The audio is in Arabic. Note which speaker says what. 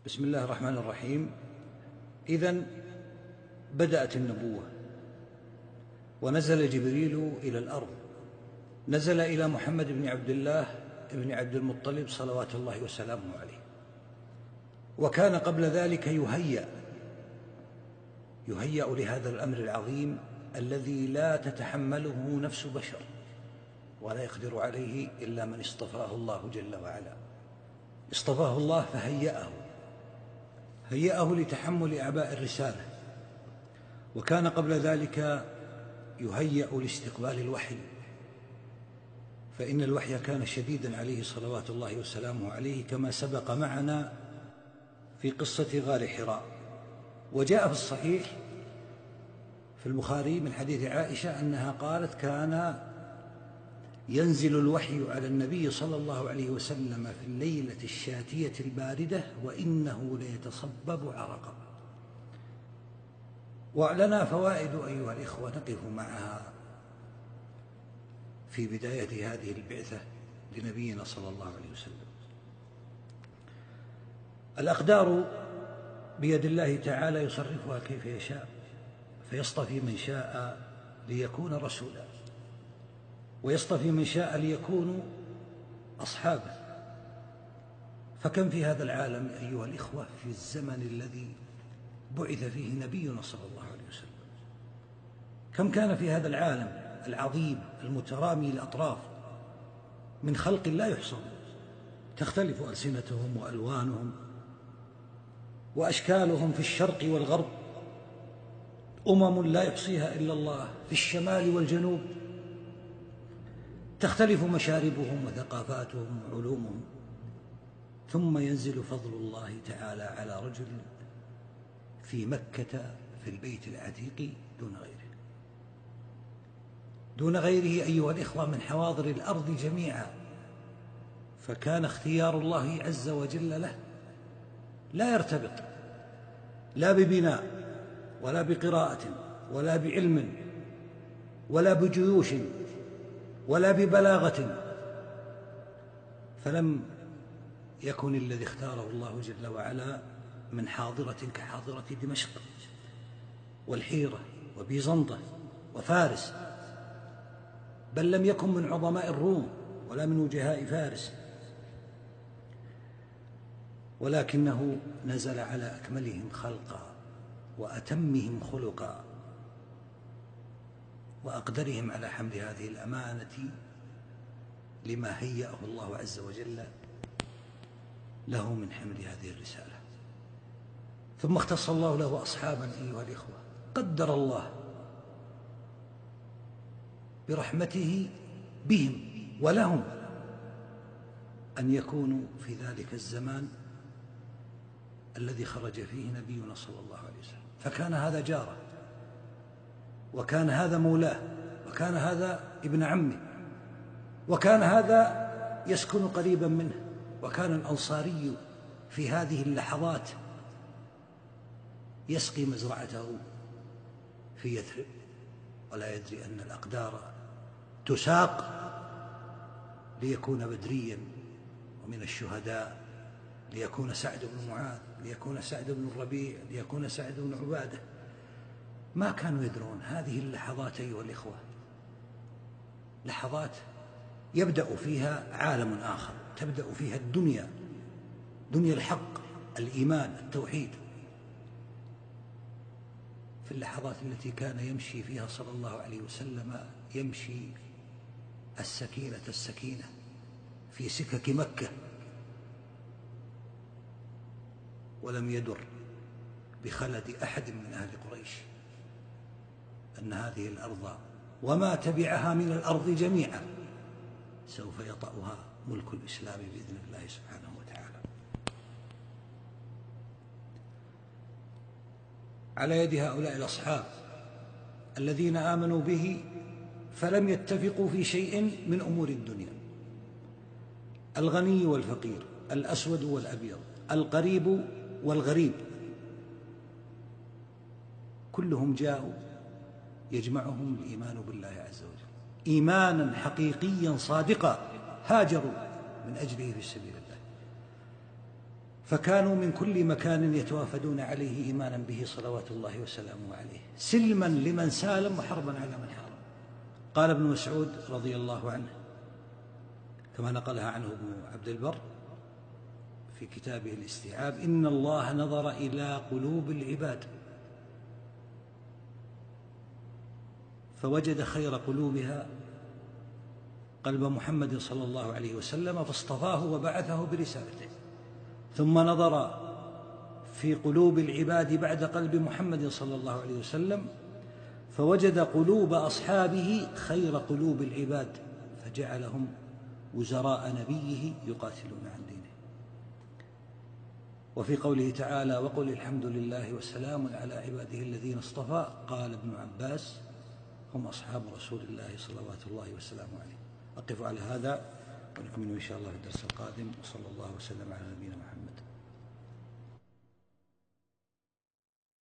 Speaker 1: بسم الله الرحمن الرحيم. إذن بدأت النبوة، ونزل جبريل إلى الأرض، نزل إلى محمد بن عبد الله بن عبد المطلب صلوات الله وسلامه عليه، وكان قبل ذلك يهيأ لهذا الأمر العظيم الذي لا تتحمله نفس بشر ولا يقدر عليه إلا من اصطفاه الله جل وعلا. اصطفاه الله فهيأه لتحمل أعباء الرسالة، وكان قبل ذلك يهيأ لاستقبال الوحي، فإن الوحي كان شديدا عليه صلوات الله وسلامه عليه، كما سبق معنا في قصة غار حراء. وجاء في الصحيح في البخاري من حديث عائشة أنها قالت: كان ينزل الوحي على النبي صلى الله عليه وسلم في الليلة الشاتية الباردة وإنه ليتصبب عرقا. ولنا فوائد أيها الإخوة نقف معها في بداية هذه البعثة لنبينا صلى الله عليه وسلم. الأقدار بيد الله تعالى يصرفها كيف يشاء، فيصطفي من شاء ليكون رسولا، ويصطفي من شاء ليكونوا أصحابه. فكم في هذا العالم أيها الإخوة في الزمن الذي بعث فيه نبينا صلى الله عليه وسلم، كم كان في هذا العالم العظيم المترامي الأطراف من خلق لا يحصى، تختلف ألسنتهم وألوانهم وأشكالهم في الشرق والغرب، لا يحصيها إلا الله في الشمال والجنوب، تختلف مشاربهم وثقافاتهم وعلومهم، ثم ينزل فضل الله تعالى على رجل في مكة في البيت العتيق دون غيره أيها الإخوة من حواضر الأرض جميعا. فكان اختيار الله عز وجل له لا يرتبط لا ببناء ولا بقراءة ولا بعلم ولا بجيوش ولا ببلاغة، فلم يكن الذي اختاره الله جل وعلا من حاضرة كحاضرة دمشق والحيرة وبيزنطة وفارس، بل لم يكن من عظماء الروم ولا من وجهاء فارس، ولكنه نزل على أكملهم خلقا وأتمهم خلقا وأقدرهم على حمل هذه الأمانة لما هيأه الله عز وجل له من حمل هذه الرسالة. ثم اختص الله له أصحابا أيها الإخوة، قدر الله برحمته بهم ولهم أن يكونوا في ذلك الزمان الذي خرج فيه نبينا صلى الله عليه وسلم، فكان هذا جاره، وكان هذا مولاه، وكان هذا ابن عمه، وكان هذا يسكن قريبا منه، وكان الأنصاري في هذه اللحظات يسقي مزرعته في يثرب ولا يدري أن الأقدار تساق ليكون بدريا ومن الشهداء، ليكون سعد بن معاذ، ليكون سعد بن الربيع، ليكون سعد بن عبادة. ما كانوا يدرون هذه اللحظات أيها الإخوة لحظات يبدأ فيها عالم آخر، تبدأ فيها الدنيا، دنيا الحق، الإيمان، التوحيد. في اللحظات التي كان يمشي فيها صلى الله عليه وسلم يمشي السكينة في سكك مكة، ولم يدر بخلد أحد من أهل قريش أن هذه الأرض وما تبعها من الأرض جميعا سوف يطأها ملك الإسلام بإذن الله سبحانه وتعالى. على يد هؤلاء الأصحاب الذين آمنوا به فلم يتفقوا في شيء من أمور الدنيا، الغني والفقير، الأسود والأبيض، القريب والغريب، كلهم جاءوا يجمعهم الإيمان بالله عز وجل إيمانا حقيقيا صادقا، هاجروا من أجله في سبيل الله. فكانوا من كل مكان يتوافدون عليه إيمانا به صلوات الله وسلامه عليه، سلما لمن سالم وحربا على من حارب. قال ابن مسعود رضي الله عنه كما نقلها عنه ابن عبد البر في كتابه الاستيعاب: إن الله نظر إلى قلوب العباد فوجد خير قلوبها قلب محمد صلى الله عليه وسلم فاصطفاه وبعثه برسالته، ثم نظر في قلوب العباد بعد قلب محمد صلى الله عليه وسلم فوجد قلوب أصحابه خير قلوب العباد فجعلهم وزراء نبيه يقاتلون عن دينه. وفي قوله تعالى: وقل الحمد لله وسلام على عباده الذين اصطفى، قال ابن عباس: هم أصحاب رسول الله صلوات الله وسلامه عليه. أقف على هذا ونكمل إن شاء الله في الدرس القادم، وصلى الله وسلم على نبينا محمد.